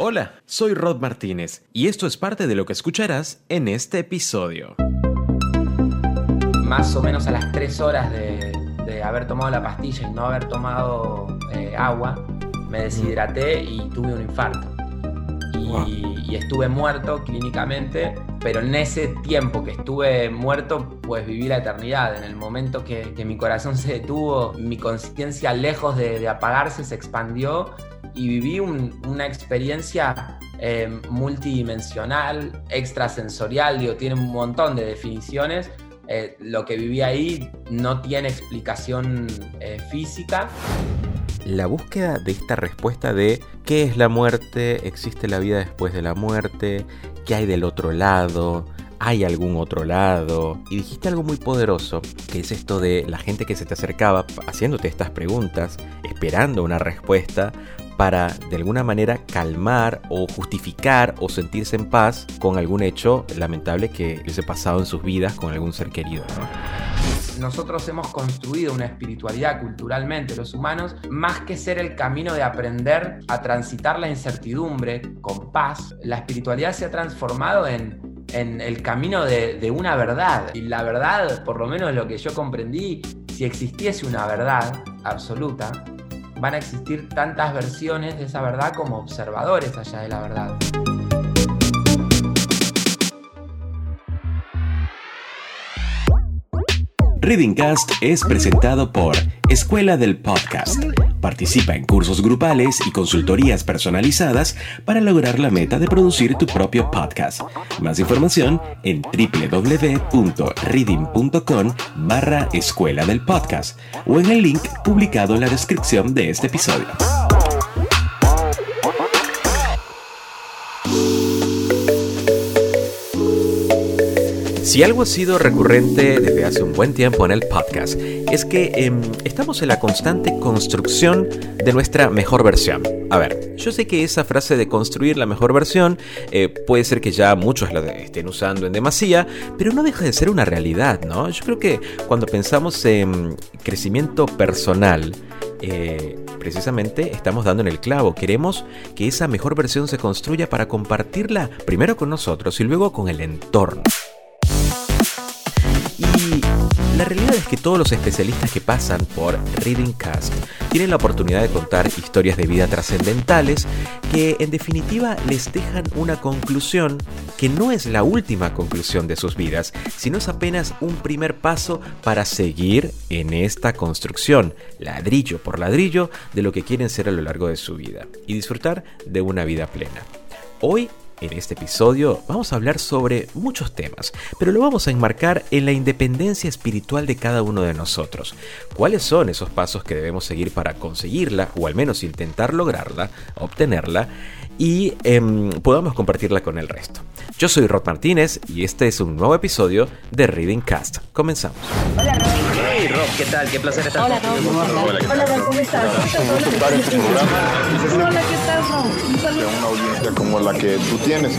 Hola, soy Rod Martínez y esto es parte de lo que escucharás en este episodio. Más o menos a las 3 horas de haber tomado la pastilla y no haber tomado agua, me deshidraté y tuve un infarto. Y estuve muerto clínicamente, pero en ese tiempo que estuve muerto, pues viví la eternidad. En el momento que mi corazón se detuvo, mi conciencia, lejos de apagarse, se expandió y viví una experiencia multidimensional, extrasensorial, tiene un montón de definiciones. Lo que viví ahí no tiene explicación física. La búsqueda de esta respuesta de ¿qué es la muerte? ¿Existe la vida después de la muerte? ¿Qué hay del otro lado? ¿Hay algún otro lado? Y dijiste algo muy poderoso, que es esto de la gente que se te acercaba haciéndote estas preguntas, esperando una respuesta para de alguna manera calmar o justificar o sentirse en paz con algún hecho lamentable que les ha pasado en sus vidas con algún ser querido, ¿no? Nosotros hemos construido una espiritualidad culturalmente, los humanos, más que ser el camino de aprender a transitar la incertidumbre con paz. La espiritualidad se ha transformado en el camino de una verdad. Y la verdad, por lo menos lo que yo comprendí, si existiese una verdad absoluta, van a existir tantas versiones de esa verdad como observadores allá de la verdad. Readingcast es presentado por Escuela del Podcast. Participa en cursos grupales y consultorías personalizadas para lograr la meta de producir tu propio podcast. Más información en www.reading.com/Escuela del Podcast o en el link publicado en la descripción de este episodio. Si algo ha sido recurrente desde hace un buen tiempo en el podcast, es que estamos en la constante construcción de nuestra mejor versión. A ver, yo sé que esa frase de construir la mejor versión puede ser que ya muchos la estén usando en demasía, pero no deja de ser una realidad, ¿no? Yo creo que cuando pensamos en crecimiento personal, precisamente estamos dando en el clavo. Queremos que esa mejor versión se construya para compartirla primero con nosotros y luego con el entorno. Y la realidad es que todos los especialistas que pasan por Readingcast tienen la oportunidad de contar historias de vida trascendentales que en definitiva les dejan una conclusión que no es la última conclusión de sus vidas, sino es apenas un primer paso para seguir en esta construcción, ladrillo por ladrillo, de lo que quieren ser a lo largo de su vida y disfrutar de una vida plena. Hoy, en este episodio vamos a hablar sobre muchos temas, pero lo vamos a enmarcar en la independencia espiritual de cada uno de nosotros. ¿Cuáles son esos pasos que debemos seguir para conseguirla, o al menos intentar lograrla, obtenerla, y podamos compartirla con el resto? Yo soy Rod Martínez y este es un nuevo episodio de Readingcast. Comenzamos. Hola, Rod. Hey, Rod, ¿qué tal? Qué placer estar contigo. Hola, Rod, ¿cómo estás? Hola, ¿qué tal, Rod? Un saludo. De una audiencia como la que tú tienes.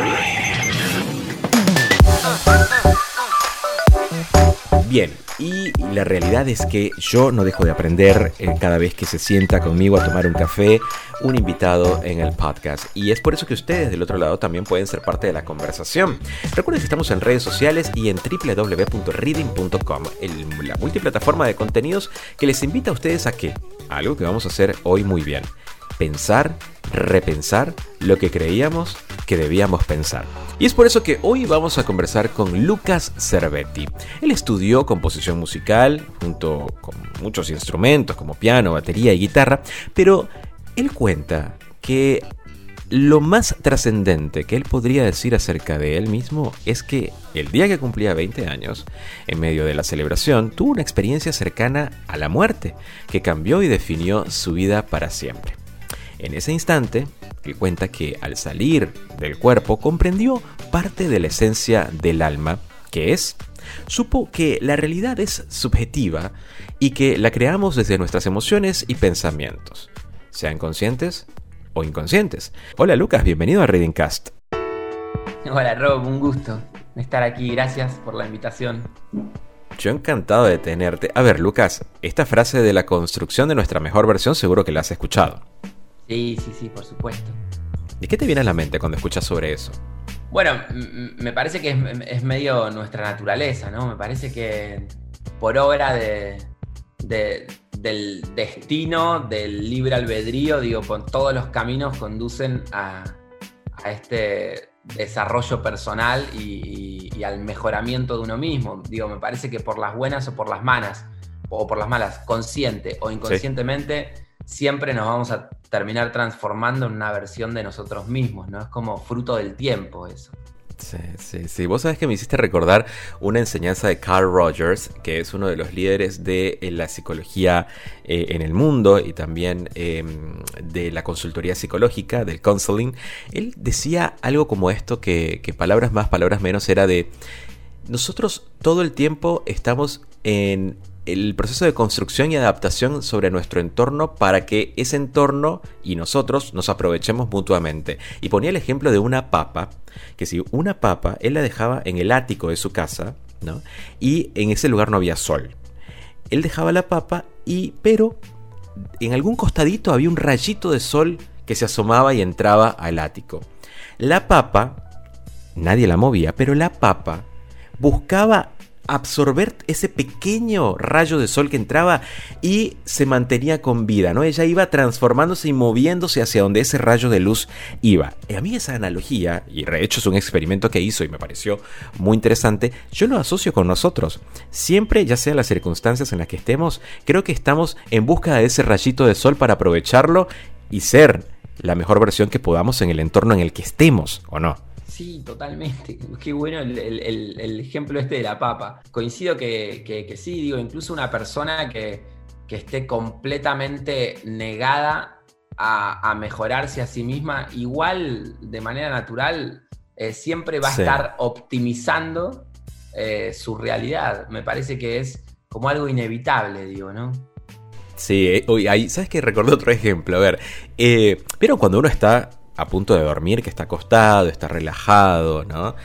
Bien, y la realidad es que yo no dejo de aprender cada vez que se sienta conmigo a tomar un café un invitado en el podcast. Y es por eso que ustedes del otro lado también pueden ser parte de la conversación. Recuerden que estamos en redes sociales y en www.reading.com, la multiplataforma de contenidos que les invita a ustedes a ¿qué? Algo que vamos a hacer hoy muy bien. Pensar, repensar lo que creíamos que debíamos pensar. Y es por eso que hoy vamos a conversar con Lucas Cervetti. Él estudió composición musical junto con muchos instrumentos como piano, batería y guitarra, pero él cuenta que lo más trascendente que él podría decir acerca de él mismo es que el día que cumplía 20 años, en medio de la celebración, tuvo una experiencia cercana a la muerte que cambió y definió su vida para siempre. En ese instante, él cuenta que al salir del cuerpo comprendió parte de la esencia del alma, que es, supo que la realidad es subjetiva y que la creamos desde nuestras emociones y pensamientos, sean conscientes o inconscientes. Hola Lucas, bienvenido a Readingcast. Hola Rob, un gusto estar aquí, gracias por la invitación. Yo encantado de tenerte. A ver Lucas, esta frase de la construcción de nuestra mejor versión seguro que la has escuchado. Sí, por supuesto. ¿Y qué te viene a la mente cuando escuchas sobre eso? Bueno, me parece que es medio nuestra naturaleza, ¿no? Me parece que por obra del destino, del libre albedrío, digo, con todos los caminos conducen a este desarrollo personal y al mejoramiento de uno mismo. Digo, me parece que por las buenas o por las malas, consciente o inconscientemente, siempre nos vamos a terminar transformando en una versión de nosotros mismos, ¿no? Es como fruto del tiempo eso. Sí. Vos sabés que me hiciste recordar una enseñanza de Carl Rogers, que es uno de los líderes de la psicología en el mundo y también de la consultoría psicológica, del counseling. Él decía algo como esto, que palabras más, palabras menos, era de nosotros todo el tiempo estamos en el proceso de construcción y adaptación sobre nuestro entorno para que ese entorno y nosotros nos aprovechemos mutuamente. Y ponía el ejemplo de una papa, que si una papa él la dejaba en el ático de su casa, ¿no? Y en ese lugar no había sol. Él dejaba la papa, pero en algún costadito había un rayito de sol que se asomaba y entraba al ático. La papa, nadie la movía, pero la papa buscaba absorber ese pequeño rayo de sol que entraba y se mantenía con vida, ¿no? Ella iba transformándose y moviéndose hacia donde ese rayo de luz iba. Y a mí esa analogía, y de hecho es un experimento que hizo y me pareció muy interesante, yo lo asocio con nosotros. Siempre, ya sea las circunstancias en las que estemos, creo que estamos en busca de ese rayito de sol para aprovecharlo y ser la mejor versión que podamos en el entorno en el que estemos, ¿o no? Sí, totalmente. Qué bueno el ejemplo este de la papa. Coincido que sí, digo, incluso una persona que esté completamente negada a mejorarse a sí misma, igual de manera natural, siempre va a estar optimizando su realidad. Me parece que es como algo inevitable, digo, ¿no? Sí, ahí, ¿sabes qué? Recordé otro ejemplo. A ver, ¿vieron cuando uno está a punto de dormir, que está acostado, está relajado, ¿no?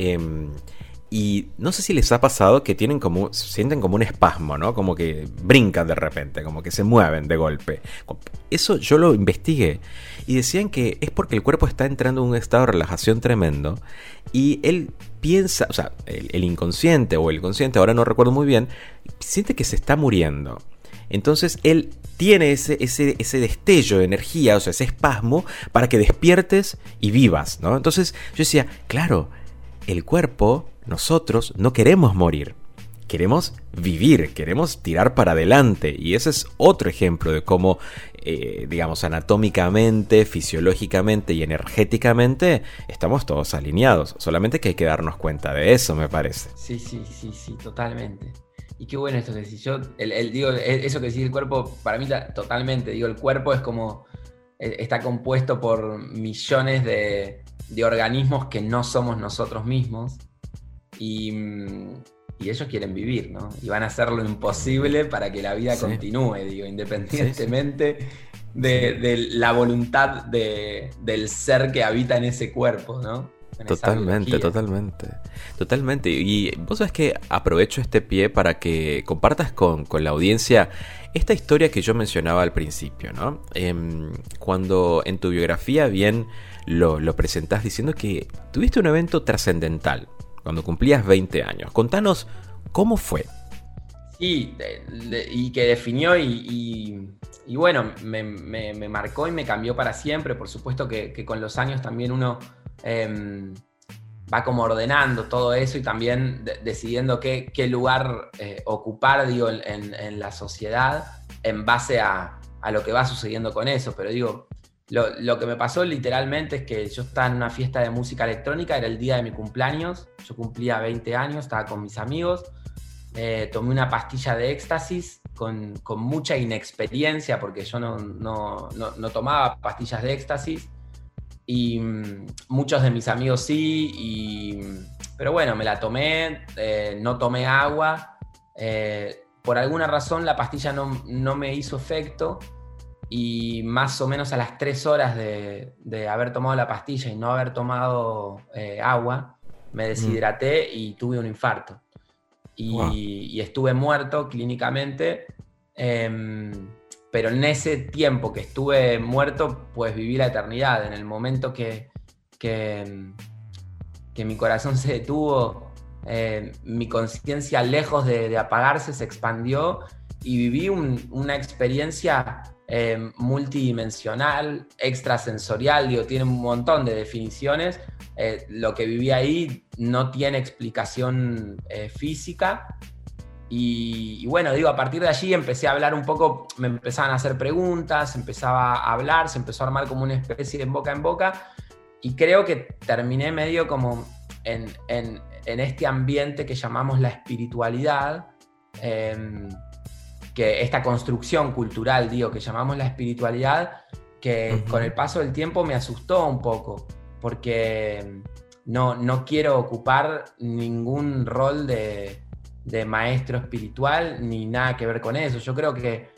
Y no sé si les ha pasado que sienten como un espasmo, ¿no? Como que brincan de repente, como que se mueven de golpe. Eso yo lo investigué y decían que es porque el cuerpo está entrando en un estado de relajación tremendo y él piensa, o sea, el inconsciente o el consciente, ahora no recuerdo muy bien, siente que se está muriendo. Entonces él tiene ese destello de energía, o sea, ese espasmo para que despiertes y vivas, ¿no? Entonces yo decía, claro, el cuerpo, nosotros no queremos morir, queremos vivir, queremos tirar para adelante. Y ese es otro ejemplo de cómo, digamos, anatómicamente, fisiológicamente y energéticamente estamos todos alineados. Solamente que hay que darnos cuenta de eso, me parece. Sí, totalmente. Y qué bueno esto que decís. Yo, digo, eso que decís el cuerpo, para mí totalmente. Digo, el cuerpo es como, está compuesto por millones de organismos que no somos nosotros mismos. Y ellos quieren vivir, ¿no? Y van a hacer lo imposible para que la vida continúe, digo, independientemente de la voluntad del ser que habita en ese cuerpo, ¿no? Totalmente. Y vos sabés que aprovecho este pie para que compartas con la audiencia esta historia que yo mencionaba al principio, ¿no? Cuando en tu biografía bien lo presentás diciendo que tuviste un evento trascendental cuando cumplías 20 años. Contanos cómo fue. Sí, y que definió y bueno, me marcó y me cambió para siempre. Por supuesto que con los años también uno va como ordenando todo eso y también decidiendo qué lugar ocupar, digo, en la sociedad en base a lo que va sucediendo con eso. Pero digo, lo que me pasó literalmente es que yo estaba en una fiesta de música electrónica, era el día de mi cumpleaños, yo cumplía 20 años, estaba con mis amigos, tomé una pastilla de éxtasis con mucha inexperiencia porque yo no tomaba pastillas de éxtasis. Y muchos de mis amigos sí, pero bueno, me la tomé, no tomé agua. Por alguna razón la pastilla no me hizo efecto y más o menos a las 3 horas de haber tomado la pastilla y no haber tomado agua, me deshidraté y tuve un infarto. Y estuve muerto clínicamente. pero en ese tiempo que estuve muerto, pues viví la eternidad. En el momento que mi corazón se detuvo, mi conciencia, lejos de apagarse, se expandió y viví una experiencia multidimensional, extrasensorial, tiene un montón de definiciones. Lo que viví ahí no tiene explicación física. Y bueno, a partir de allí empecé a hablar un poco, me empezaban a hacer preguntas, empezaba a hablar, se empezó a armar como una especie de boca en boca, y creo que terminé medio como en este ambiente que llamamos la espiritualidad, que esta construcción cultural, que llamamos la espiritualidad, que con el paso del tiempo me asustó un poco, porque no quiero ocupar ningún rol de maestro espiritual, ni nada que ver con eso. Yo creo que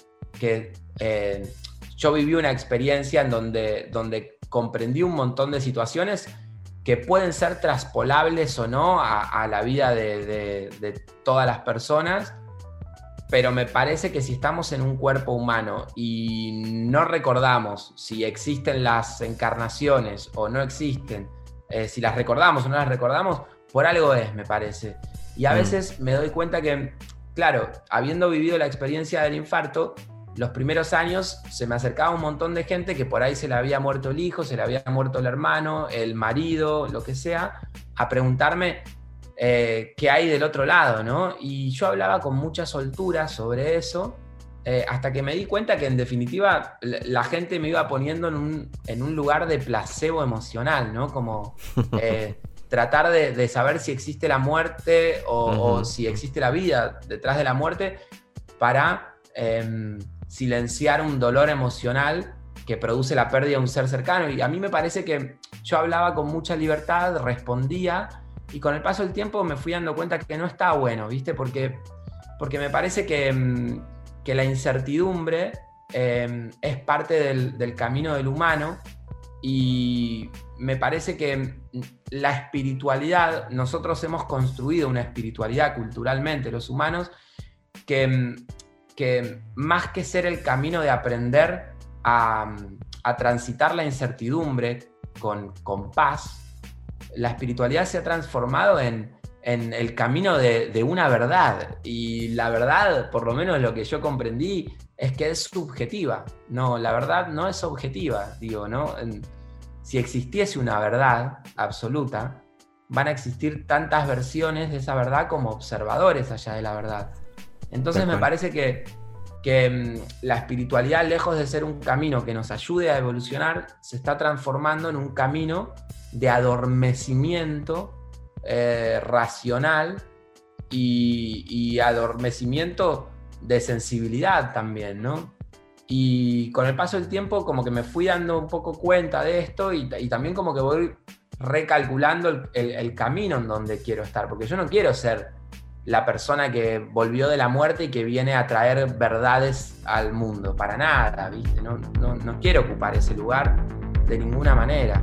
yo viví una experiencia en donde comprendí un montón de situaciones que pueden ser traspolables o no a la vida de todas las personas, pero me parece que si estamos en un cuerpo humano y no recordamos si existen las encarnaciones o no existen, si las recordamos o no las recordamos, por algo es, me parece. Y a veces me doy cuenta que, claro, habiendo vivido la experiencia del infarto, los primeros años se me acercaba un montón de gente que por ahí se le había muerto el hijo, se le había muerto el hermano, el marido, lo que sea, a preguntarme qué hay del otro lado, ¿no? Y yo hablaba con mucha soltura sobre eso, hasta que me di cuenta que en definitiva la gente me iba poniendo en un lugar de placebo emocional, ¿no? Como tratar de saber si existe la muerte o si existe la vida detrás de la muerte para silenciar un dolor emocional que produce la pérdida de un ser cercano. Y a mí me parece que yo hablaba con mucha libertad, respondía, y con el paso del tiempo me fui dando cuenta que no está bueno, ¿viste? Porque me parece que la incertidumbre es parte del camino del humano, y me parece que la espiritualidad, nosotros hemos construido una espiritualidad culturalmente, los humanos, que más que ser el camino de aprender a transitar la incertidumbre con paz, la espiritualidad se ha transformado en el camino de una verdad. Y la verdad, por lo menos lo que yo comprendí, es que es subjetiva. No, la verdad no es objetiva, ¿no? Si existiese una verdad absoluta, van a existir tantas versiones de esa verdad como observadores allá de la verdad. Entonces me parece que la espiritualidad, lejos de ser un camino que nos ayude a evolucionar, se está transformando en un camino de adormecimiento racional y adormecimiento de sensibilidad también, ¿no? Y con el paso del tiempo como que me fui dando un poco cuenta de esto, y también como que voy recalculando el camino en donde quiero estar, porque yo no quiero ser la persona que volvió de la muerte y que viene a traer verdades al mundo, para nada, ¿viste? No quiero ocupar ese lugar de ninguna manera.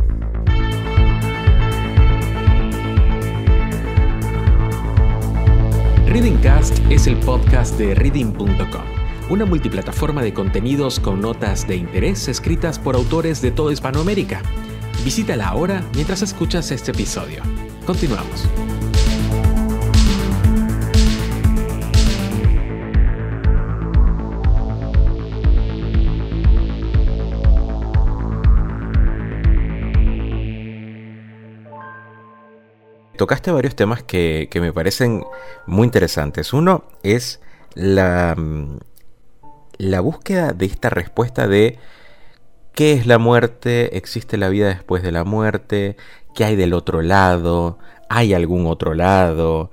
Readingcast es el podcast de Reading.com, una multiplataforma de contenidos con notas de interés escritas por autores de toda Hispanoamérica. Visítala ahora mientras escuchas este episodio. Continuamos. Tocaste varios temas que me parecen muy interesantes. Uno es la búsqueda de esta respuesta de qué es la muerte, existe la vida después de la muerte, qué hay del otro lado, hay algún otro lado.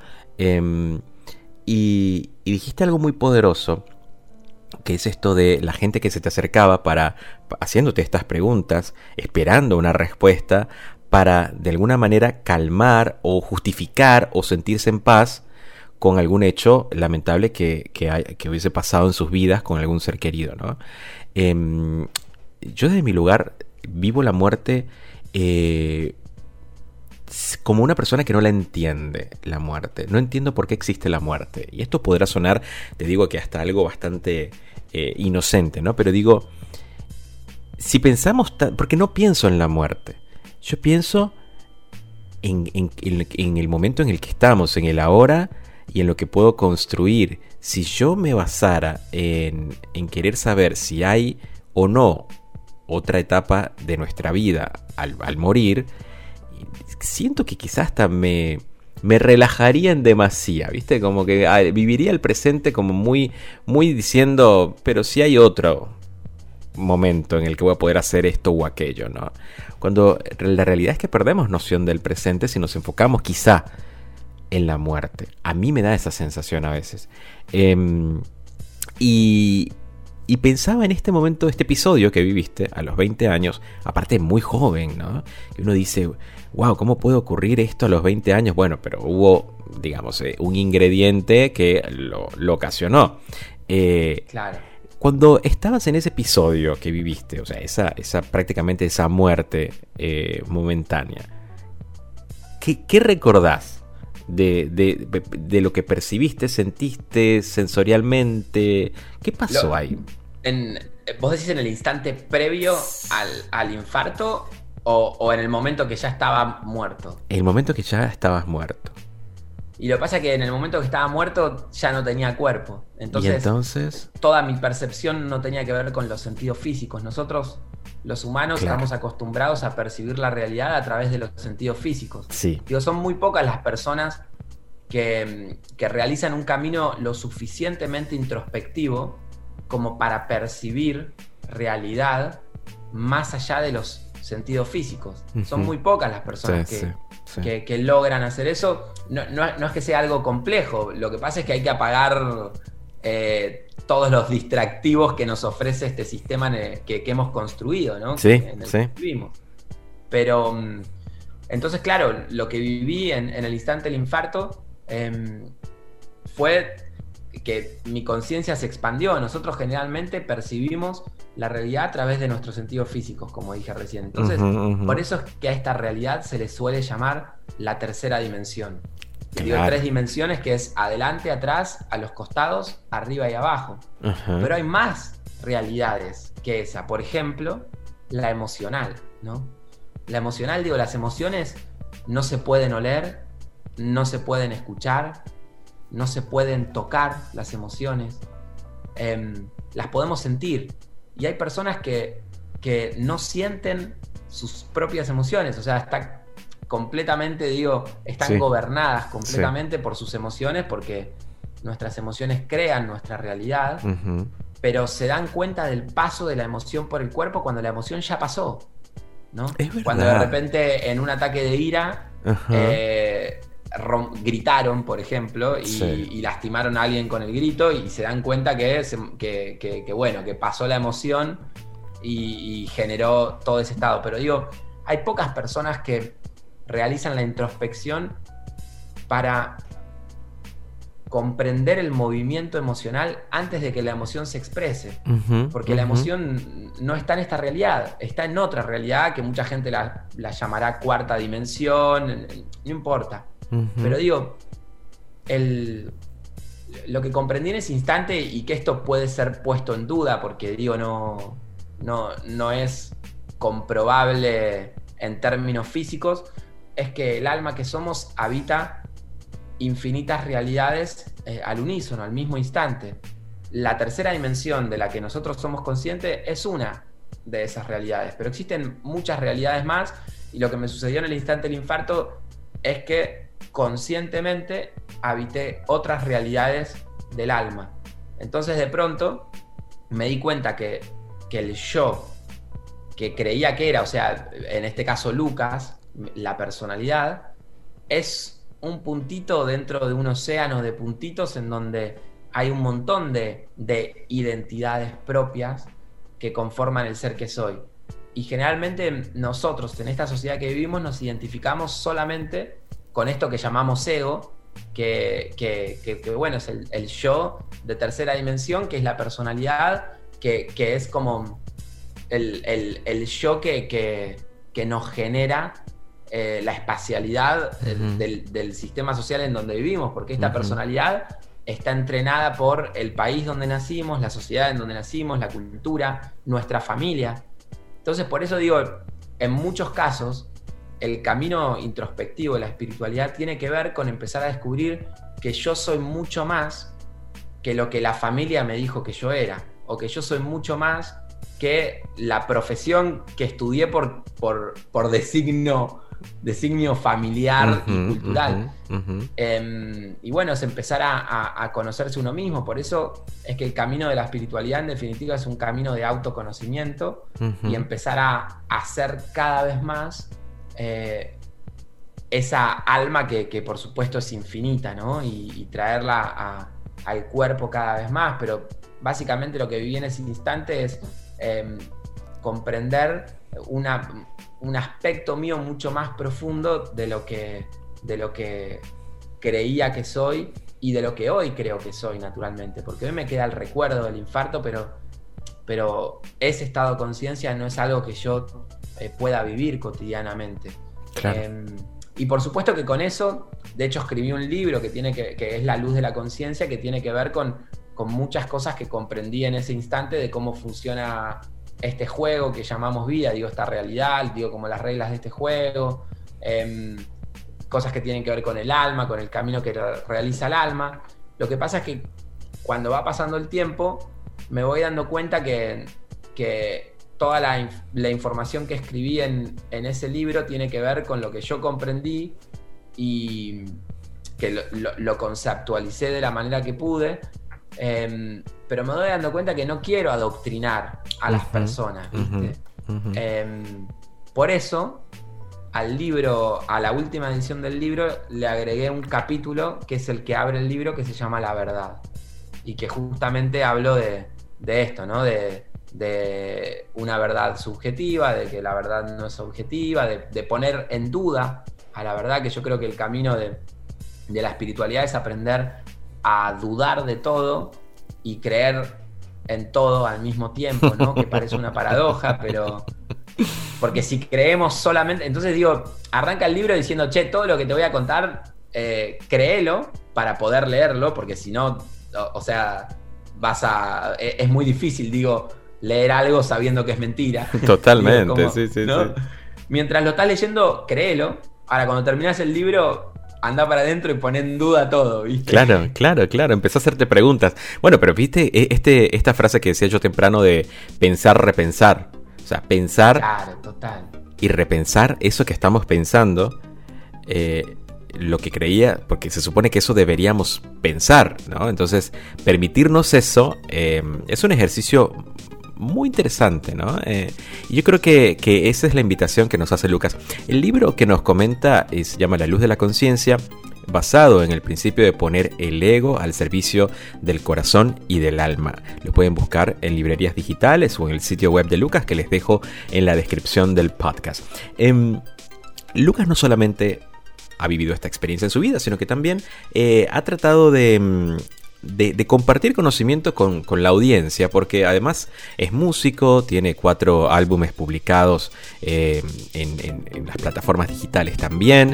Y dijiste algo muy poderoso, que es esto de la gente que se te acercaba haciéndote estas preguntas, esperando una respuesta, para de alguna manera calmar o justificar o sentirse en paz con algún hecho lamentable que hubiese pasado en sus vidas con algún ser querido, ¿no? Yo desde mi lugar vivo la muerte como una persona que no la entiende, la muerte. No entiendo por qué existe la muerte. Y esto podrá sonar, te digo, que hasta algo bastante inocente, ¿no? Pero digo, si pensamos, porque no pienso en la muerte, yo pienso en el momento en el que estamos, en el ahora y en lo que puedo construir. Si yo me basara en querer saber si hay o no otra etapa de nuestra vida al morir, siento que quizás hasta me relajaría en demasía, ¿viste? Como que viviría el presente como muy, muy diciendo, pero si hay otro momento en el que voy a poder hacer esto o aquello, ¿no? Cuando la realidad es que perdemos noción del presente si nos enfocamos quizá en la muerte. A mí me da esa sensación a veces. Y pensaba en este momento, este episodio que viviste a los 20 años, aparte muy joven, ¿no? Y uno dice, wow, ¿cómo puede ocurrir esto a los 20 años? Bueno, pero hubo, digamos, un ingrediente que lo ocasionó. Claro. Cuando estabas en ese episodio que viviste, o sea, esa prácticamente esa muerte momentánea, ¿qué recordás de lo que percibiste, sentiste sensorialmente? ¿Qué pasó ahí? ¿Vos decís en el instante previo al infarto o en el momento que ya estaba muerto? El momento que ya estabas muerto. Y lo que pasa es que en el momento que estaba muerto ya no tenía cuerpo. Entonces toda mi percepción no tenía que ver con los sentidos físicos. Nosotros, los humanos, claro, estamos acostumbrados a percibir la realidad a través de los sentidos físicos. Sí. Digo, son muy pocas las personas que realizan un camino lo suficientemente introspectivo como para percibir realidad más allá de los sentidos físicos. Son muy pocas las personas que logran hacer eso. No es que sea algo complejo, lo que pasa es que hay que apagar todos los distractivos que nos ofrece este sistema que hemos construido, ¿no? Sí, en el que vivimos. Pero entonces, claro, lo que viví en el instante del infarto fue que mi conciencia se expandió. Nosotros generalmente percibimos la realidad a través de nuestros sentidos físicos, como dije recién. Entonces, por eso es que a esta realidad se le suele llamar la tercera dimensión. Claro. Digo, 3 dimensiones, que es adelante, atrás, a los costados, arriba y abajo. Pero hay más realidades que esa. Por ejemplo, la emocional, ¿no? La emocional, digo, las emociones no se pueden oler, no se pueden escuchar, no se pueden tocar las emociones, las podemos sentir. Y hay personas que no sienten sus propias emociones, o sea, están completamente, están gobernadas completamente por sus emociones, porque nuestras emociones crean nuestra realidad, pero se dan cuenta del paso de la emoción por el cuerpo cuando la emoción ya pasó, ¿no? Es verdad. Cuando de repente en un ataque de ira gritaron, por ejemplo, y lastimaron a alguien con el grito, y se dan cuenta que pasó la emoción y generó todo ese estado. Pero hay pocas personas que realizan la introspección para comprender el movimiento emocional antes de que la emoción se exprese. Porque la emoción no está en esta realidad, está en otra realidad que mucha gente la llamará cuarta dimensión, no importa. Pero lo que comprendí en ese instante, y que esto puede ser puesto en duda porque no es comprobable en términos físicos, es que el alma que somos habita infinitas realidades al unísono, al mismo instante. La tercera dimensión de la que nosotros somos conscientes es una de esas realidades, pero existen muchas realidades más, y lo que me sucedió en el instante del infarto es que conscientemente habité otras realidades del alma. Entonces, de pronto me di cuenta que el yo que creía que era, o sea, en este caso Lucas, la personalidad, es un puntito dentro de un océano de puntitos en donde hay un montón de identidades propias que conforman el ser que soy. Y generalmente nosotros, en esta sociedad que vivimos, nos identificamos solamente con esto que llamamos ego, que bueno, es el yo de tercera dimensión, que es la personalidad, que es como el yo que nos genera la espacialidad del sistema social en donde vivimos, porque esta personalidad está entrenada por el país donde nacimos, la sociedad en donde nacimos, la cultura, nuestra familia. Entonces, por eso digo, en muchos casos, el camino introspectivo de la espiritualidad tiene que ver con empezar a descubrir que yo soy mucho más que lo que la familia me dijo que yo era, o que yo soy mucho más que la profesión que estudié por designio familiar y cultural. Y bueno, es empezar a conocerse uno mismo. Por eso es que el camino de la espiritualidad en definitiva es un camino de autoconocimiento y empezar a hacer cada vez más esa alma que por supuesto es infinita, ¿no? Y traerla al cuerpo cada vez más. Pero básicamente lo que viví en ese instante es comprender un aspecto mío mucho más profundo de lo que creía que soy y de lo que hoy creo que soy, naturalmente, porque hoy me queda el recuerdo del infarto, pero ese estado de conciencia no es algo que yo pueda vivir cotidianamente. Claro. Y por supuesto que con eso, de hecho escribí un libro que es La luz de la conciencia, que tiene que ver con muchas cosas que comprendí en ese instante de cómo funciona este juego que llamamos vida, digo, esta realidad, digo, como las reglas de este juego, cosas que tienen que ver con el alma, con el camino que realiza el alma. Lo que pasa es que cuando va pasando el tiempo, me voy dando cuenta que toda la información que escribí en ese libro tiene que ver con lo que yo comprendí y que lo conceptualicé de la manera que pude. Pero me voy dando cuenta que no quiero adoctrinar a las personas, ¿viste? Por eso, al libro, a la última edición del libro, le agregué un capítulo que es el que abre el libro, que se llama La Verdad. Y que justamente hablo de esto, ¿no? De una verdad subjetiva, de que la verdad no es objetiva, de poner en duda a la verdad, que yo creo que el camino de la espiritualidad es aprender a dudar de todo y creer en todo al mismo tiempo, ¿no? Que parece una paradoja, pero... Porque si creemos solamente... Entonces digo, arranca el libro diciendo, che, todo lo que te voy a contar, créelo para poder leerlo, porque si no, o sea, es muy difícil, digo, leer algo sabiendo que es mentira. Totalmente, digo, como, sí. Mientras lo estás leyendo, créelo. Ahora, cuando terminas el libro... anda para adentro y pone en duda todo, ¿viste? Claro. Empezó a hacerte preguntas. Bueno, pero viste esta frase que decía yo temprano de pensar, repensar. O sea, pensar, claro, total, y repensar eso que estamos pensando, lo que creía, porque se supone que eso deberíamos pensar, ¿no? Entonces, permitirnos eso es un ejercicio muy interesante, ¿no? Y yo creo que esa es la invitación que nos hace Lucas. El libro que nos comenta se llama La luz de la conciencia, basado en el principio de poner el ego al servicio del corazón y del alma. Lo pueden buscar en librerías digitales o en el sitio web de Lucas, que les dejo en la descripción del podcast. Lucas no solamente ha vivido esta experiencia en su vida, sino que también ha tratado de compartir conocimiento con la audiencia, porque además es músico, tiene 4 álbumes publicados en las plataformas digitales también,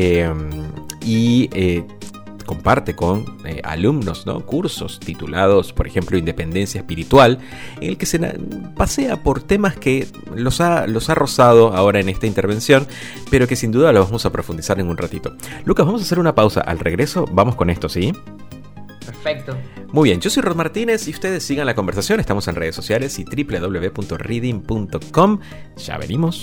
y comparte con alumnos, ¿no? Cursos titulados, por ejemplo, Independencia Espiritual, en el que se pasea por temas que los ha rozado ahora en esta intervención, pero que sin duda lo vamos a profundizar en un ratito. Lucas, vamos a hacer una pausa. Al regreso vamos con esto, ¿sí? Perfecto. Muy bien, yo soy Rod Martínez y ustedes sigan la conversación. Estamos en redes sociales y www.reading.com. Ya venimos.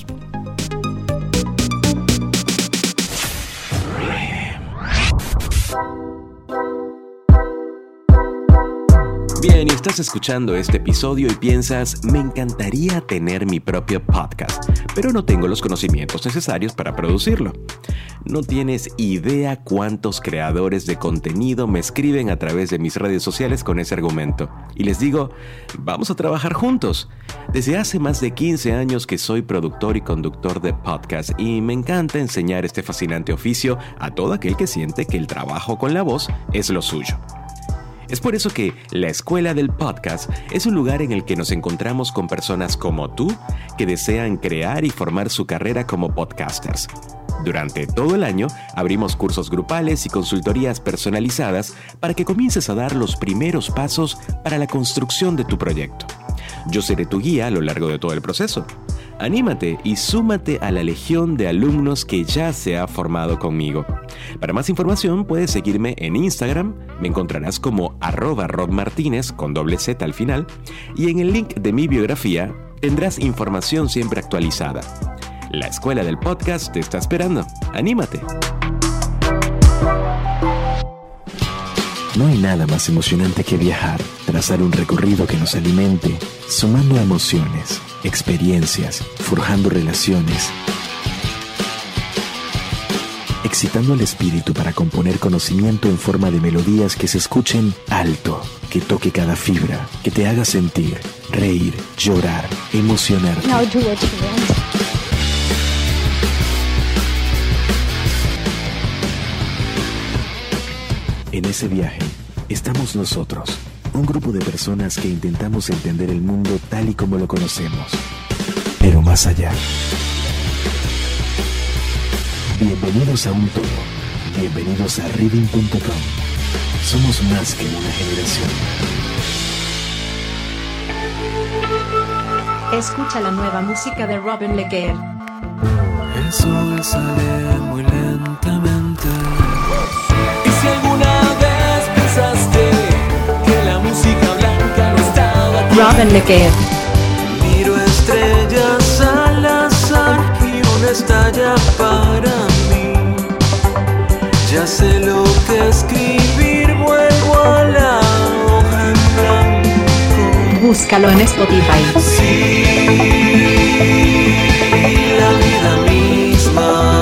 Bien, y estás escuchando este episodio y piensas, me encantaría tener mi propio podcast, pero no tengo los conocimientos necesarios para producirlo. No tienes idea cuántos creadores de contenido me escriben a través de mis redes sociales con ese argumento. Y les digo, vamos a trabajar juntos. Desde hace más de 15 años que soy productor y conductor de podcast y me encanta enseñar este fascinante oficio a todo aquel que siente que el trabajo con la voz es lo suyo. Es por eso que la Escuela del Podcast es un lugar en el que nos encontramos con personas como tú que desean crear y formar su carrera como podcasters. Durante todo el año abrimos cursos grupales y consultorías personalizadas para que comiences a dar los primeros pasos para la construcción de tu proyecto. Yo seré tu guía a lo largo de todo el proceso. Anímate y súmate a la legión de alumnos que ya se ha formado conmigo. Para más información puedes seguirme en Instagram, me encontrarás como @rodmartinez con doble Z al final, y en el link de mi biografía tendrás información siempre actualizada. La Escuela del Podcast te está esperando. ¡Anímate! No hay nada más emocionante que viajar, trazar un recorrido que nos alimente, sumando emociones, experiencias, forjando relaciones, excitando el espíritu para componer conocimiento en forma de melodías que se escuchen alto, que toque cada fibra, que te haga sentir, reír, llorar, emocionarte. Now do what you want. En ese viaje estamos nosotros, un grupo de personas que intentamos entender el mundo tal y como lo conocemos, pero más allá. Bienvenidos a un todo, bienvenidos a Reading.com. Somos más que una generación. Escucha la nueva música de Robin Leguer. El sol sale muy lentamente. Y si alguna vez pensaste que la música blanca no estaba aquí, Robin Leguer. miro estrellas al azar y una estalla para mí. Ya sé lo que escribir, vuelvo a la hoja en blanco. Búscalo en Spotify. Sí, la vida misma.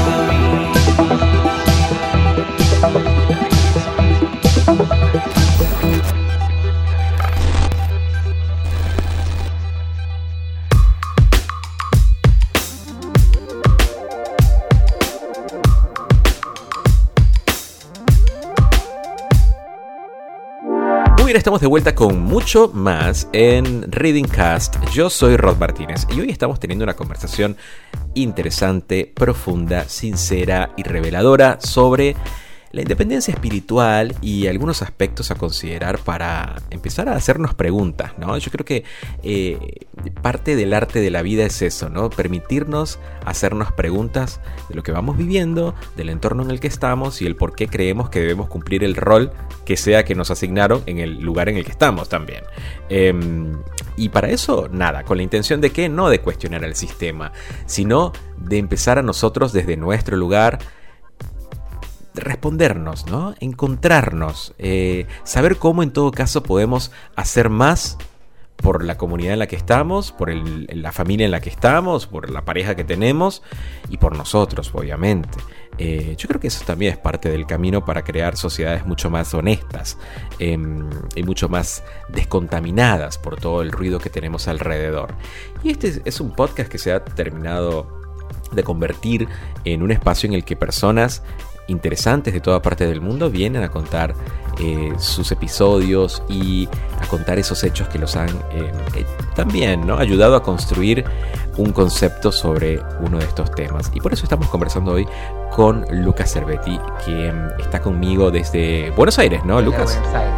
Muy bien, estamos de vuelta con mucho más en Reading Cast. Yo soy Rod Martínez y hoy estamos teniendo una conversación interesante, profunda, sincera y reveladora sobre la independencia espiritual y algunos aspectos a considerar para empezar a hacernos preguntas, ¿no? Yo creo que parte del arte de la vida es eso, ¿no? Permitirnos hacernos preguntas de lo que vamos viviendo, del entorno en el que estamos y el por qué creemos que debemos cumplir el rol que sea que nos asignaron en el lugar en el que estamos también. Y para eso, nada, con la intención de que no de cuestionar el sistema, sino de empezar a nosotros desde nuestro lugar respondernos, ¿no? Encontrarnos, saber cómo en todo caso podemos hacer más por la comunidad en la que estamos, por la familia en la que estamos, por la pareja que tenemos y por nosotros, obviamente. Yo creo que eso también es parte del camino para crear sociedades mucho más honestas y mucho más descontaminadas por todo el ruido que tenemos alrededor. Y este es un podcast que se ha terminado de convertir en un espacio en el que personas interesantes de toda parte del mundo vienen a contar sus episodios y a contar esos hechos que los han también, ¿no?, ayudado a construir un concepto sobre uno de estos temas. Y por eso estamos conversando hoy con Lucas Cervetti, que está conmigo desde Buenos Aires, ¿no, Lucas? Buenos Aires.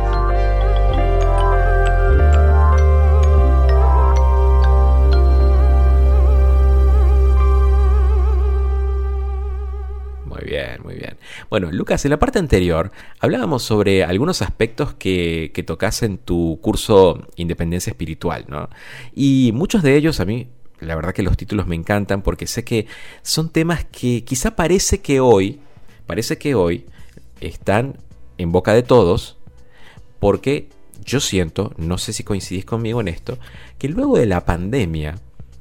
Muy bien. Bueno, Lucas, en la parte anterior hablábamos sobre algunos aspectos que tocas en tu curso Independencia Espiritual, ¿no? Y muchos de ellos a mí, la verdad que los títulos me encantan porque sé que son temas que quizá parece que hoy están en boca de todos, porque yo siento, no sé si coincidís conmigo en esto, que luego de la pandemia,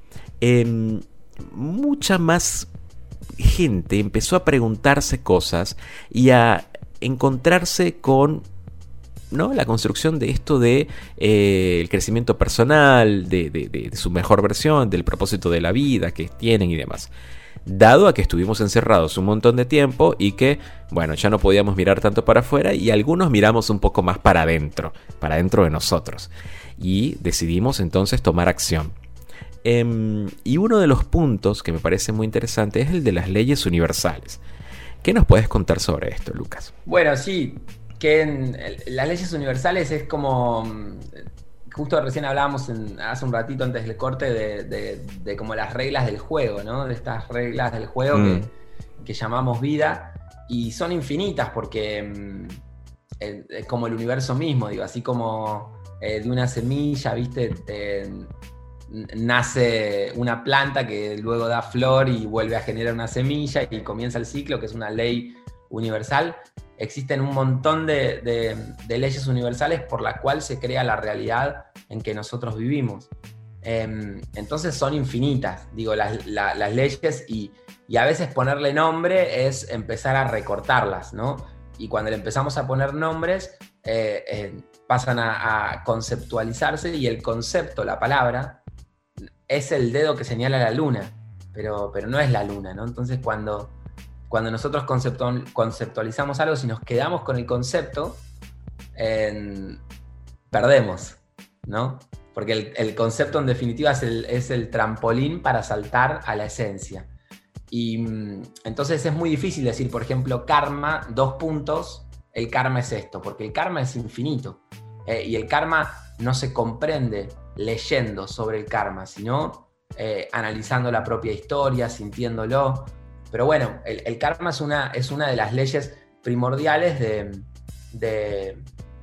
mucha más gente empezó a preguntarse cosas y a encontrarse con, ¿no?, la construcción de esto de el crecimiento personal, de su mejor versión, del propósito de la vida que tienen y demás. Dado a que estuvimos encerrados un montón de tiempo y que, bueno, ya no podíamos mirar tanto para afuera y algunos miramos un poco más para adentro de nosotros. Y decidimos entonces tomar acción. Y uno de los puntos que me parece muy interesante es el de las leyes universales. ¿Qué nos puedes contar sobre esto, Lucas? Bueno, sí, que las leyes universales es como... Justo recién hablábamos hace un ratito antes del corte de como las reglas del juego, ¿no? De estas reglas del juego que llamamos vida, y son infinitas porque es como el universo mismo, digo, así como de una semilla, ¿viste? Nace una planta que luego da flor y vuelve a generar una semilla y comienza el ciclo, que es una ley universal. Existen un montón de leyes universales por la cual se crea la realidad en que nosotros vivimos. Entonces son infinitas, digo, las leyes, y a veces ponerle nombre es empezar a recortarlas, ¿no? Y cuando le empezamos a poner nombres, pasan a conceptualizarse, y el concepto, la palabra, es el dedo que señala la luna, pero no es la luna, ¿no? Entonces cuando nosotros conceptualizamos algo, si nos quedamos con el concepto, perdemos, ¿no? Porque el concepto en definitiva es el trampolín para saltar a la esencia. Y entonces es muy difícil decir, por ejemplo, karma, 2 puntos, el karma es esto, porque el karma es infinito. Y el karma no se comprende leyendo sobre el karma, sino analizando la propia historia, sintiéndolo. Pero bueno, el karma es una de las leyes primordiales de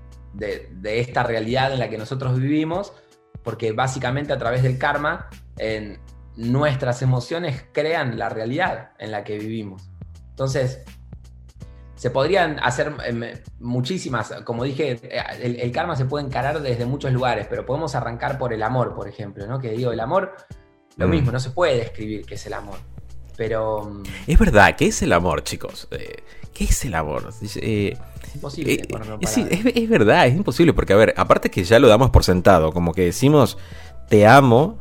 esta realidad en la que nosotros vivimos, porque básicamente a través del karma nuestras emociones crean la realidad en la que vivimos. Entonces, se podrían hacer muchísimas, como dije, el karma se puede encarar desde muchos lugares, pero podemos arrancar por el amor, por ejemplo, ¿no? Que digo, el amor, lo mismo, no se puede describir qué es el amor. Pero... Es verdad, ¿qué es el amor, chicos? ¿Qué es el amor? Imposible. Es verdad, es imposible, porque a ver, aparte que ya lo damos por sentado, como que decimos te amo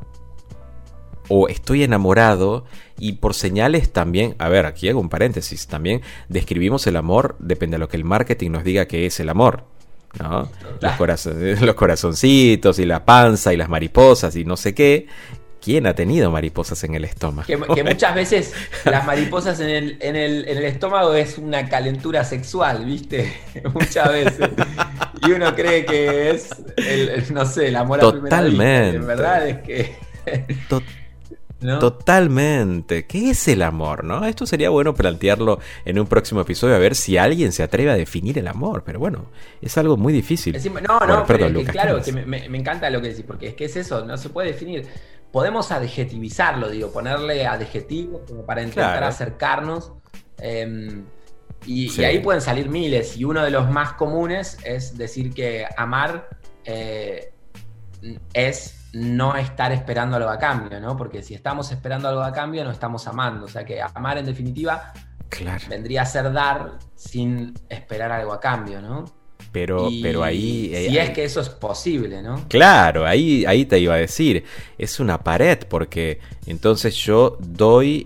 o estoy enamorado, y por señales también, a ver, aquí hago un paréntesis, también describimos el amor, depende de lo que el marketing nos diga que es el amor, ¿no? Los corazoncitos y la panza y las mariposas y no sé qué. ¿Quién ha tenido mariposas en el estómago? Que muchas veces las mariposas en el estómago es una calentura sexual, ¿viste? Muchas veces. Y uno cree que es, no sé, el amor a primera vista. En verdad es que... ¿no? Totalmente. ¿Qué es el amor, no? Esto sería bueno plantearlo en un próximo episodio, a ver si alguien se atreve a definir el amor. Pero bueno, es algo muy difícil. Perdón, Lucas, claro, que me encanta lo que decís, porque es que es eso, no se puede definir. Podemos adjetivizarlo, digo, ponerle adjetivos como para intentar acercarnos. Y ahí pueden salir miles. Y uno de los más comunes es decir que amar es no estar esperando algo a cambio, ¿no? Porque si estamos esperando algo a cambio, no estamos amando. O sea que amar, en definitiva, vendría a ser dar sin esperar algo a cambio, ¿no? Pero ahí... Si es que eso es posible, ¿no? Claro, ahí te iba a decir. Es una pared, porque entonces yo doy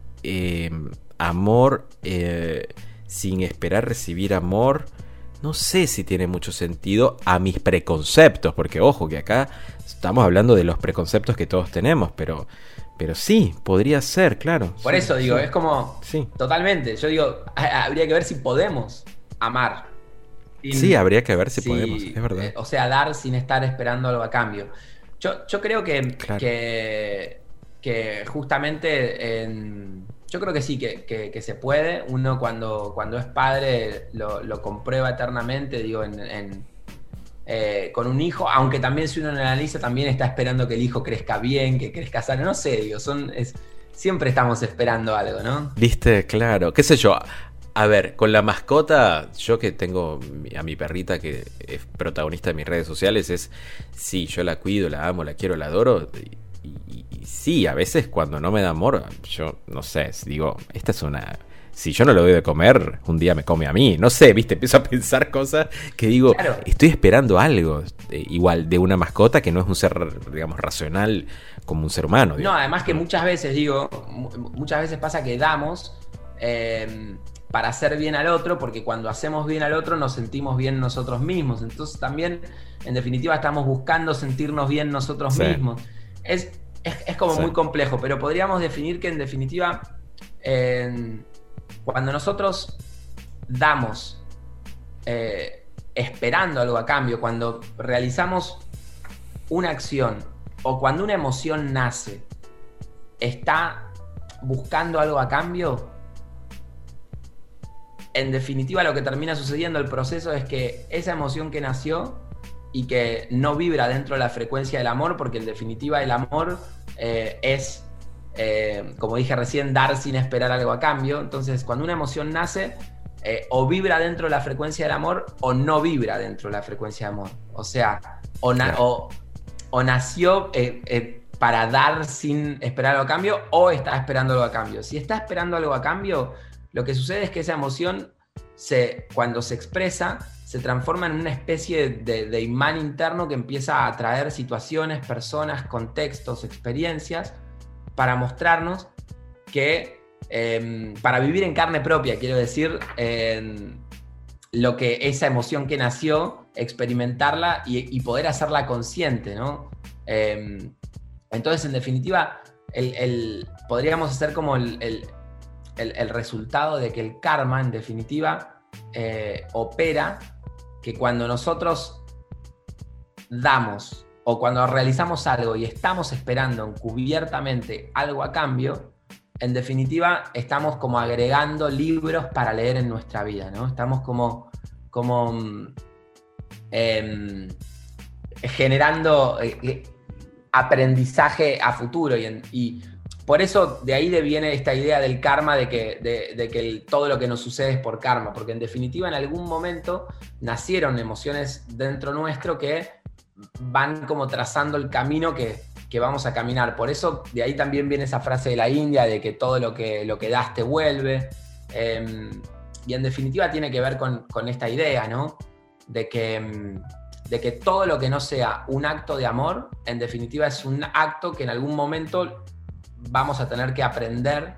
amor sin esperar recibir amor. No sé si tiene mucho sentido a mis preconceptos, porque ojo que acá estamos hablando de los preconceptos que todos tenemos, pero sí, podría ser, claro. Por eso digo, es como... Sí. Totalmente. Yo digo, habría que ver si podemos amar. Sí, habría que ver si podemos, es verdad. O sea, dar sin estar esperando algo a cambio. Yo creo que justamente... Yo creo que sí, que se puede. Uno cuando es padre lo comprueba eternamente, digo, con un hijo, aunque también si uno lo analiza, también está esperando que el hijo crezca bien, que crezca sano, no sé, digo, siempre estamos esperando algo, ¿no? Viste, claro, qué sé yo. A ver, con la mascota, yo que tengo a mi perrita que es protagonista de mis redes sociales, sí, yo la cuido, la amo, la quiero, la adoro. Y sí, a veces cuando no me da amor, yo no sé, digo, esta es una... Si yo no le doy de comer, un día me come a mí. No sé, ¿viste? Empiezo a pensar cosas que digo, claro, estoy esperando algo igual de una mascota que no es un ser, digamos, racional como un ser humano. Digo. No, además que muchas veces pasa que damos para hacer bien al otro, porque cuando hacemos bien al otro nos sentimos bien nosotros mismos. Entonces también, en definitiva, estamos buscando sentirnos bien nosotros mismos. es como muy complejo, pero podríamos definir que en definitiva, cuando nosotros damos esperando algo a cambio, cuando realizamos una acción o cuando una emoción nace, está buscando algo a cambio, en definitiva lo que termina sucediendo el proceso es que esa emoción que nació y que no vibra dentro de la frecuencia del amor, porque en definitiva el amor es, como dije recién, dar sin esperar algo a cambio. Entonces, cuando una emoción nace, o vibra dentro de la frecuencia del amor o no vibra dentro de la frecuencia del amor. O sea, o nació para dar sin esperar algo a cambio, o está esperando algo a cambio. Si está esperando algo a cambio, lo que sucede es que esa emoción, cuando se expresa, se transforma en una especie de imán interno que empieza a atraer situaciones, personas, contextos, experiencias, para mostrarnos que, para vivir en carne propia, quiero decir, lo que esa emoción que nació, experimentarla y poder hacerla consciente, ¿no? Entonces, en definitiva, podríamos hacer como el resultado de que el karma, en definitiva, opera que cuando nosotros damos o cuando realizamos algo y estamos esperando encubiertamente algo a cambio, en definitiva estamos como agregando libros para leer en nuestra vida, ¿no? Estamos como generando aprendizaje a futuro y por eso de ahí viene esta idea del karma, de que todo lo que nos sucede es por karma, porque en definitiva en algún momento nacieron emociones dentro nuestro que van como trazando el camino que vamos a caminar. Por eso de ahí también viene esa frase de la India de que todo lo que das te vuelve. Y en definitiva tiene que ver con esta idea, ¿no? De que todo lo que no sea un acto de amor, en definitiva es un acto que en algún momento vamos a tener que aprender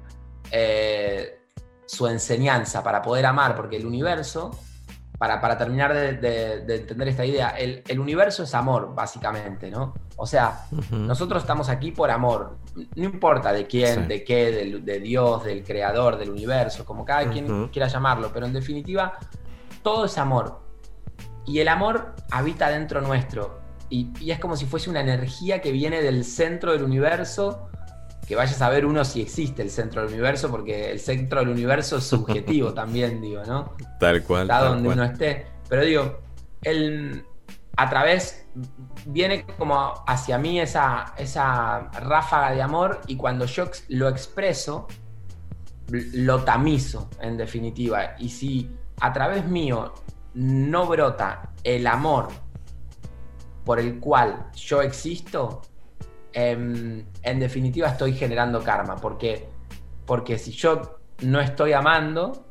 su enseñanza para poder amar, porque el universo, para terminar de entender esta idea, el universo es amor, básicamente, ¿no? O sea, nosotros estamos aquí por amor, no importa de quién, Sí. de qué, de Dios, del creador, del universo, como cada quien quiera llamarlo, pero en definitiva, todo es amor. Y el amor habita dentro nuestro, y es como si fuese una energía que viene del centro del universo, que vaya a saber uno si existe el centro del universo, porque el centro del universo es subjetivo también, digo, ¿no? Tal cual. Está tal donde cual. uno esté. Pero digo, a través, viene como hacia mí esa ráfaga de amor, y cuando yo lo expreso, lo tamizo, en definitiva. Y si a través mío no brota el amor por el cual yo existo, en definitiva estoy generando karma, porque si yo no estoy amando,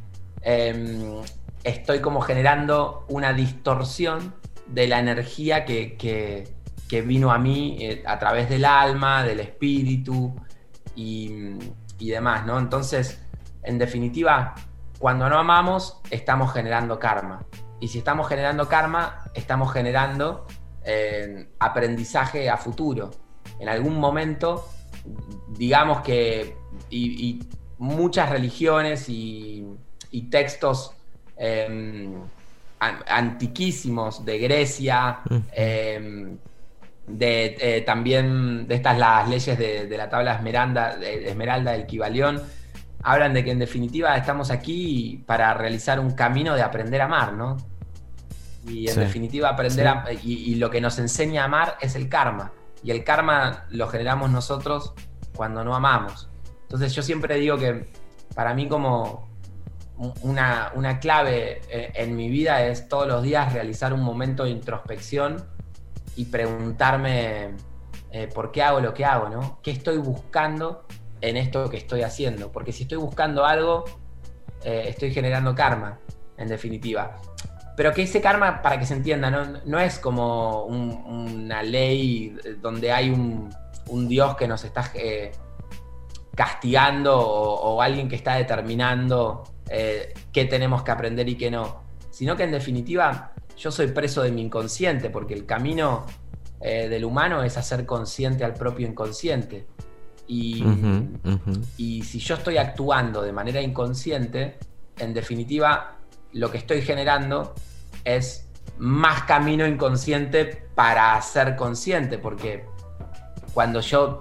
estoy como generando una distorsión de la energía que vino a mí a través del alma, del espíritu y demás, ¿no? Entonces, en definitiva, cuando no amamos, estamos generando karma. Y si estamos generando karma, estamos generando aprendizaje a futuro. En algún momento, digamos que, y muchas religiones y textos antiquísimos de Grecia, también de estas las leyes de la tabla Esmeralda del Kybalión, hablan de que en definitiva estamos aquí para realizar un camino de aprender a amar, ¿no? Y en definitiva aprender y lo que nos enseña a amar es el karma. Y el karma lo generamos nosotros cuando no amamos. Entonces yo siempre digo que para mí como una clave en mi vida es todos los días realizar un momento de introspección y preguntarme por qué hago lo que hago, ¿no? ¿Qué estoy buscando en esto que estoy haciendo? Porque si estoy buscando algo, estoy generando karma, en definitiva. Pero que ese karma, para que se entienda, no es como una ley donde hay un Dios que nos está castigando o alguien que está determinando qué tenemos que aprender y qué no. Sino que en definitiva yo soy preso de mi inconsciente, porque el camino del humano es hacer consciente al propio inconsciente. Y si yo estoy actuando de manera inconsciente, en definitiva, lo que estoy generando es más camino inconsciente para ser consciente, porque cuando yo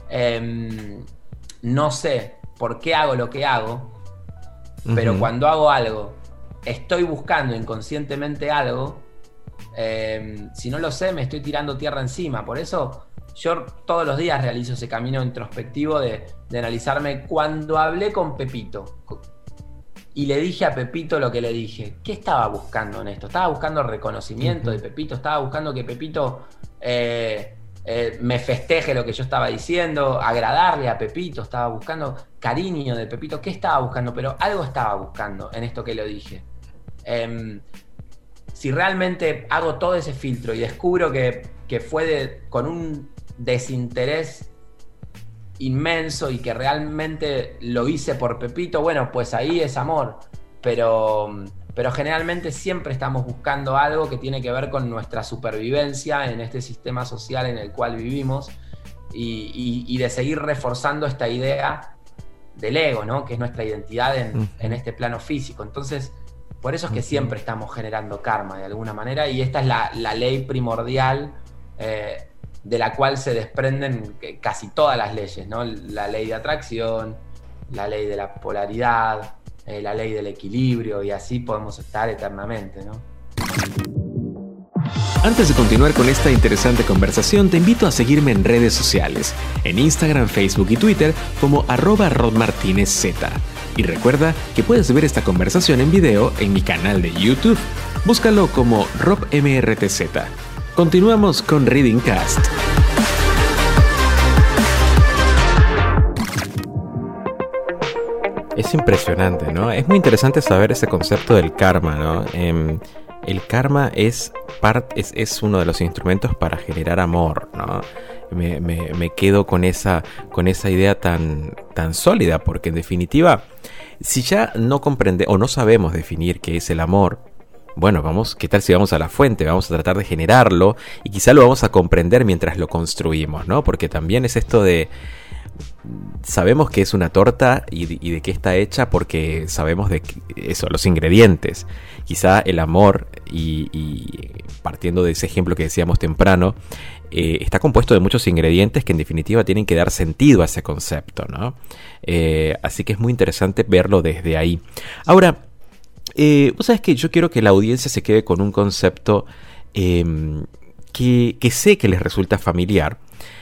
no sé por qué hago lo que hago, pero cuando hago algo, estoy buscando inconscientemente algo, si no lo sé, me estoy tirando tierra encima. Por eso yo todos los días realizo ese camino introspectivo de analizarme. Cuando hablé con Pepito y le dije a Pepito lo que le dije, ¿qué estaba buscando en esto? ¿Estaba buscando reconocimiento de Pepito? ¿Estaba buscando que Pepito me festeje lo que yo estaba diciendo? ¿Agradarle a Pepito? ¿Estaba buscando cariño de Pepito? ¿Qué estaba buscando? Pero algo estaba buscando en esto que lo dije. Si realmente hago todo ese filtro y descubro que fue con un desinterés inmenso y que realmente lo hice por Pepito, bueno, pues ahí es amor. Pero generalmente siempre estamos buscando algo que tiene que ver con nuestra supervivencia en este sistema social en el cual vivimos y de seguir reforzando esta idea del ego, ¿no? Que es nuestra identidad en este plano físico. Entonces, por eso es que siempre estamos generando karma de alguna manera, y esta es la ley primordial de la cual se desprenden casi todas las leyes, ¿no? La ley de atracción, la ley de la polaridad, la ley del equilibrio, y así podemos estar eternamente, ¿no? Antes de continuar con esta interesante conversación, te invito a seguirme en redes sociales, en Instagram, Facebook y Twitter como @rodmartinezz. Y recuerda que puedes ver esta conversación en video en mi canal de YouTube. Búscalo como RobMRTZ. Continuamos con Reading Cast. Es impresionante, ¿no? Es muy interesante saber ese concepto del karma, ¿no? El karma es uno de los instrumentos para generar amor, ¿no? Me quedo con esa idea tan sólida, porque en definitiva, si ya no comprende o no sabemos definir qué es el amor, bueno, ¿qué tal si vamos a la fuente? Vamos a tratar de generarlo y quizá lo vamos a comprender mientras lo construimos, ¿no? Porque también es esto de... Sabemos que es una torta y de qué está hecha porque sabemos de eso, los ingredientes. Quizá el amor, y partiendo de ese ejemplo que decíamos temprano, está compuesto de muchos ingredientes que en definitiva tienen que dar sentido a ese concepto, ¿no? Así que es muy interesante verlo desde ahí. Ahora, vos sabés que yo quiero que la audiencia se quede con un concepto que sé que les resulta familiar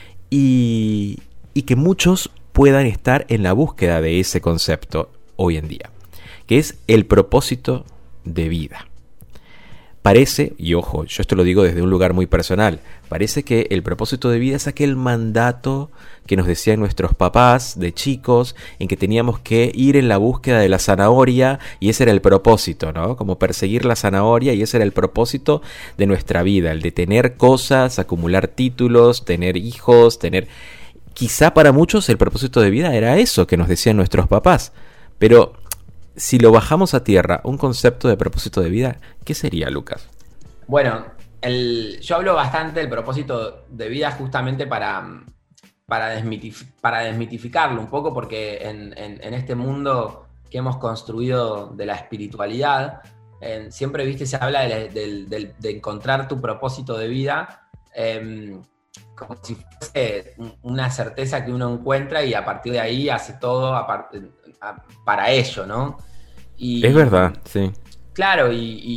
y que muchos puedan estar en la búsqueda de ese concepto hoy en día, que es el propósito de vida. Parece, y ojo, yo esto lo digo desde un lugar muy personal, parece que el propósito de vida es aquel mandato que nos decían nuestros papás de chicos, en que teníamos que ir en la búsqueda de la zanahoria, y ese era el propósito, ¿no? Como perseguir la zanahoria, y ese era el propósito de nuestra vida, el de tener cosas, acumular títulos, tener hijos, Quizá para muchos el propósito de vida era eso que nos decían nuestros papás, pero si lo bajamos a tierra, un concepto de propósito de vida, ¿qué sería, Lucas? Bueno, yo hablo bastante del propósito de vida justamente para desmitificarlo un poco, porque en este mundo que hemos construido de la espiritualidad, siempre, viste, se habla de encontrar tu propósito de vida, como si fuese una certeza que uno encuentra y a partir de ahí hace todo para ello, ¿no? Es verdad, sí. Claro,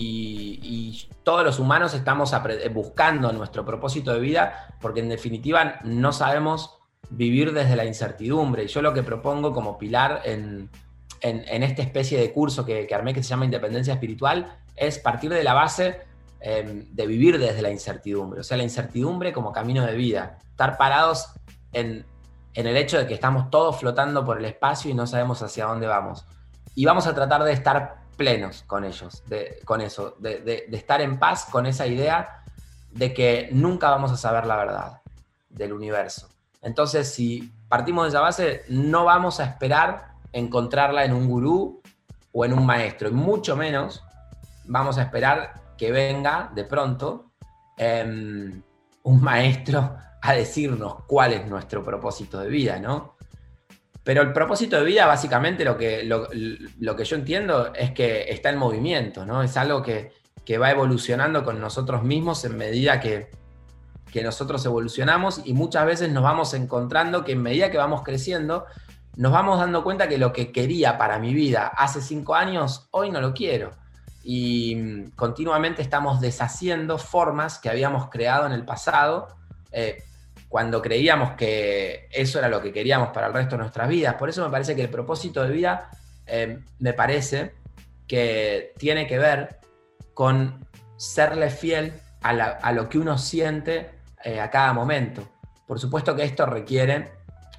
y todos los humanos estamos buscando nuestro propósito de vida porque en definitiva no sabemos vivir desde la incertidumbre. Y yo lo que propongo como pilar en esta especie de curso que armé, que se llama Independencia Espiritual, es partir de la base de vivir desde la incertidumbre. O sea, la incertidumbre como camino de vida. Estar parados en el hecho de que estamos todos flotando por el espacio y no sabemos hacia dónde vamos. Y vamos a tratar de estar plenos con ellos, con eso, de estar en paz con esa idea de que nunca vamos a saber la verdad del universo. Entonces, si partimos de esa base, no vamos a esperar encontrarla en un gurú o en un maestro, y mucho menos vamos a esperar que venga de pronto un maestro a decirnos cuál es nuestro propósito de vida, ¿no? Pero el propósito de vida, básicamente, lo que yo entiendo es que está en movimiento, ¿no? Es algo que va evolucionando con nosotros mismos en medida que nosotros evolucionamos, y muchas veces nos vamos encontrando que en medida que vamos creciendo, nos vamos dando cuenta que lo que quería para mi vida hace 5 años, hoy no lo quiero. Y continuamente estamos deshaciendo formas que habíamos creado en el pasado, cuando creíamos que eso era lo que queríamos para el resto de nuestras vidas. Por eso me parece que el propósito de vida, me parece que tiene que ver con serle fiel a lo que uno siente a cada momento. Por supuesto que esto requiere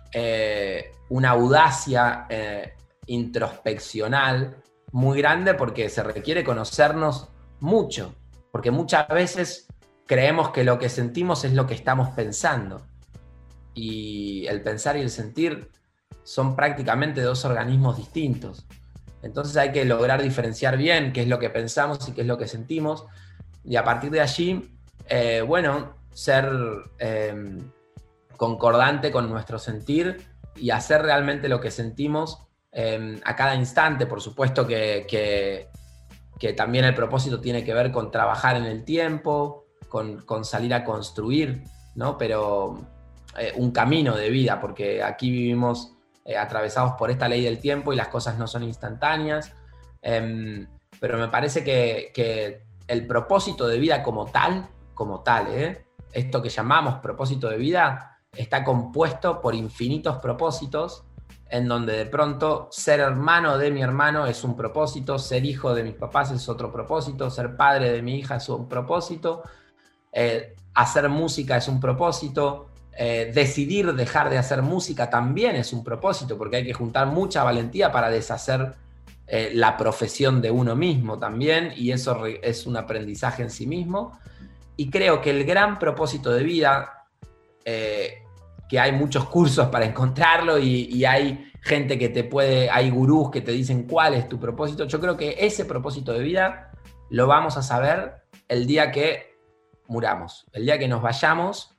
una audacia introspeccional muy grande, porque se requiere conocernos mucho, porque muchas veces creemos que lo que sentimos es lo que estamos pensando, y el pensar y el sentir son prácticamente 2 organismos distintos. Entonces hay que lograr diferenciar bien qué es lo que pensamos y qué es lo que sentimos, y a partir de allí, ser concordante con nuestro sentir y hacer realmente lo que sentimos a cada instante. Por supuesto que también el propósito tiene que ver con trabajar en el tiempo, con salir a construir, ¿no? Pero un camino de vida, porque aquí vivimos atravesados por esta ley del tiempo y las cosas no son instantáneas, pero me parece que el propósito de vida como tal, esto que llamamos propósito de vida, está compuesto por infinitos propósitos, en donde de pronto ser hermano de mi hermano es un propósito, ser hijo de mis papás es otro propósito, ser padre de mi hija es un propósito, hacer música es un propósito, decidir dejar de hacer música también es un propósito, porque hay que juntar mucha valentía para deshacer la profesión de uno mismo también, y eso es un aprendizaje en sí mismo. Y creo que el gran propósito de vida, que hay muchos cursos para encontrarlo, y hay gente hay gurús que te dicen cuál es tu propósito. Yo creo que ese propósito de vida lo vamos a saber el día que muramos, el día que nos vayamos,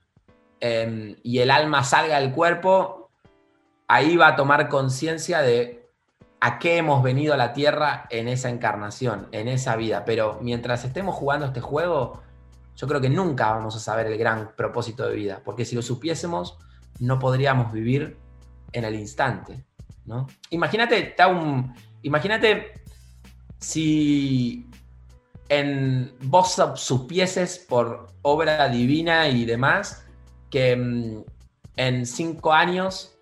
y el alma salga del cuerpo. Ahí va a tomar conciencia de a qué hemos venido a la tierra en esa encarnación, en esa vida. Pero mientras estemos jugando este juego, yo creo que nunca vamos a saber el gran propósito de vida, porque si lo supiésemos, no podríamos vivir en el instante, ¿no? Imagínate si vos supieses por obra divina y demás que en 5 años,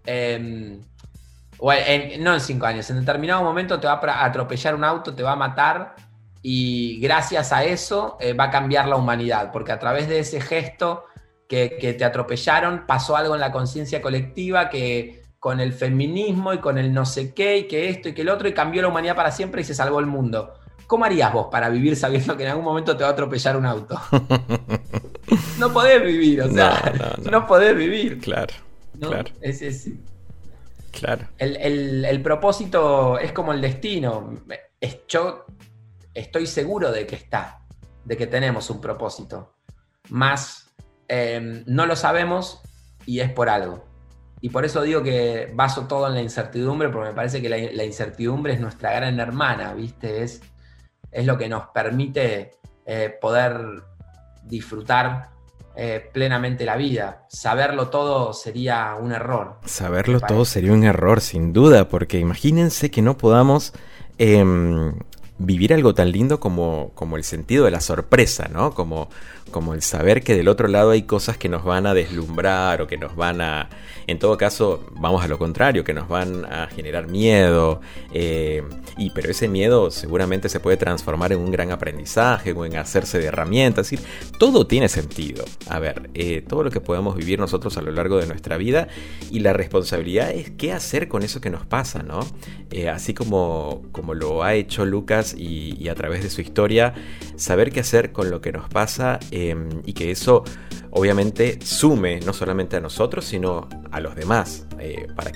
no en 5 años, en determinado momento te va a atropellar un auto, te va a matar, y gracias a eso va a cambiar la humanidad, porque a través de ese gesto que te atropellaron pasó algo en la conciencia colectiva, que con el feminismo y con el no sé qué, y que esto y que el otro, y cambió la humanidad para siempre y se salvó el mundo. ¿Cómo harías vos para vivir sabiendo que en algún momento te va a atropellar un auto? No podés vivir, o sea, no podés vivir. Claro, ¿no? claro. Claro. El propósito es como el destino. Yo estoy seguro de que tenemos un propósito. Más no lo sabemos, y es por algo. Y por eso digo que baso todo en la incertidumbre, porque me parece que la incertidumbre es nuestra gran hermana, ¿viste? Es lo que nos permite poder disfrutar plenamente la vida. Saberlo todo sería un error. Saberlo todo sería un error, sin duda, porque imagínense que no podamos vivir algo tan lindo como el sentido de la sorpresa, ¿no? Como el saber que del otro lado hay cosas que nos van a deslumbrar, o que nos van a, en todo caso, vamos a lo contrario, que nos van a generar miedo, pero ese miedo seguramente se puede transformar en un gran aprendizaje, o en hacerse de herramientas. Es decir, todo tiene sentido. A ver, todo lo que podemos vivir nosotros a lo largo de nuestra vida, y la responsabilidad es qué hacer con eso que nos pasa, ¿no? Así como lo ha hecho Lucas y a través de su historia, saber qué hacer con lo que nos pasa, y que eso obviamente sume no solamente a nosotros, sino a los demás, para que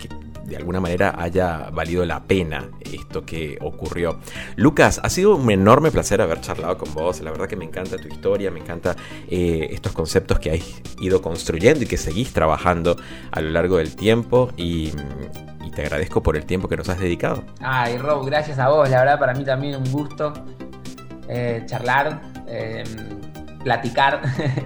de alguna manera haya valido la pena esto que ocurrió. Lucas, ha sido un enorme placer haber charlado con vos. La verdad que me encanta tu historia, me encanta estos conceptos que has ido construyendo y que seguís trabajando a lo largo del tiempo, y te agradezco por el tiempo que nos has dedicado. Ay, Rob, gracias a vos. La verdad, para mí también un gusto charlar, platicar.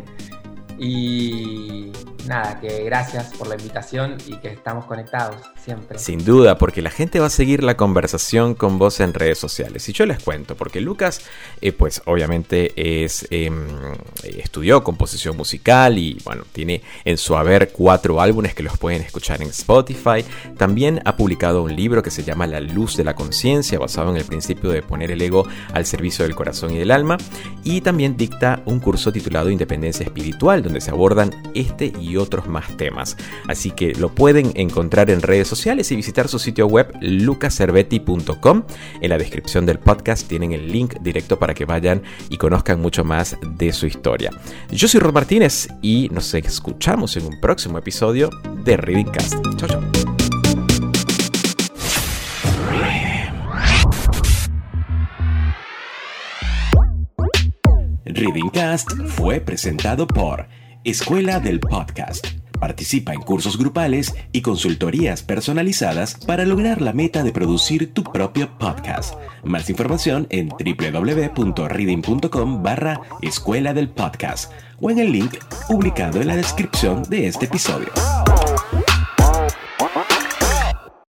Y nada, que gracias por la invitación y que estamos conectados siempre. Sin duda, porque la gente va a seguir la conversación con vos en redes sociales. Y yo les cuento, porque Lucas, pues obviamente estudió composición musical y bueno, tiene en su haber 4 álbumes que los pueden escuchar en Spotify. También ha publicado un libro que se llama La Luz de la Conciencia, basado en el principio de poner el ego al servicio del corazón y del alma. Y también dicta un curso titulado Independencia Espiritual, donde se abordan este y otros más temas. Así que lo pueden encontrar en redes sociales y visitar su sitio web lucascervetti.com. En la descripción del podcast tienen el link directo para que vayan y conozcan mucho más de su historia. Yo soy Rod Martínez y nos escuchamos en un próximo episodio de Reading Cast. Chau, chau. Reading Cast fue presentado por Escuela del Podcast. Participa en cursos grupales y consultorías personalizadas para lograr la meta de producir tu propio podcast. Más información en www.reading.com/Escuela del Podcast o en el link publicado en la descripción de este episodio.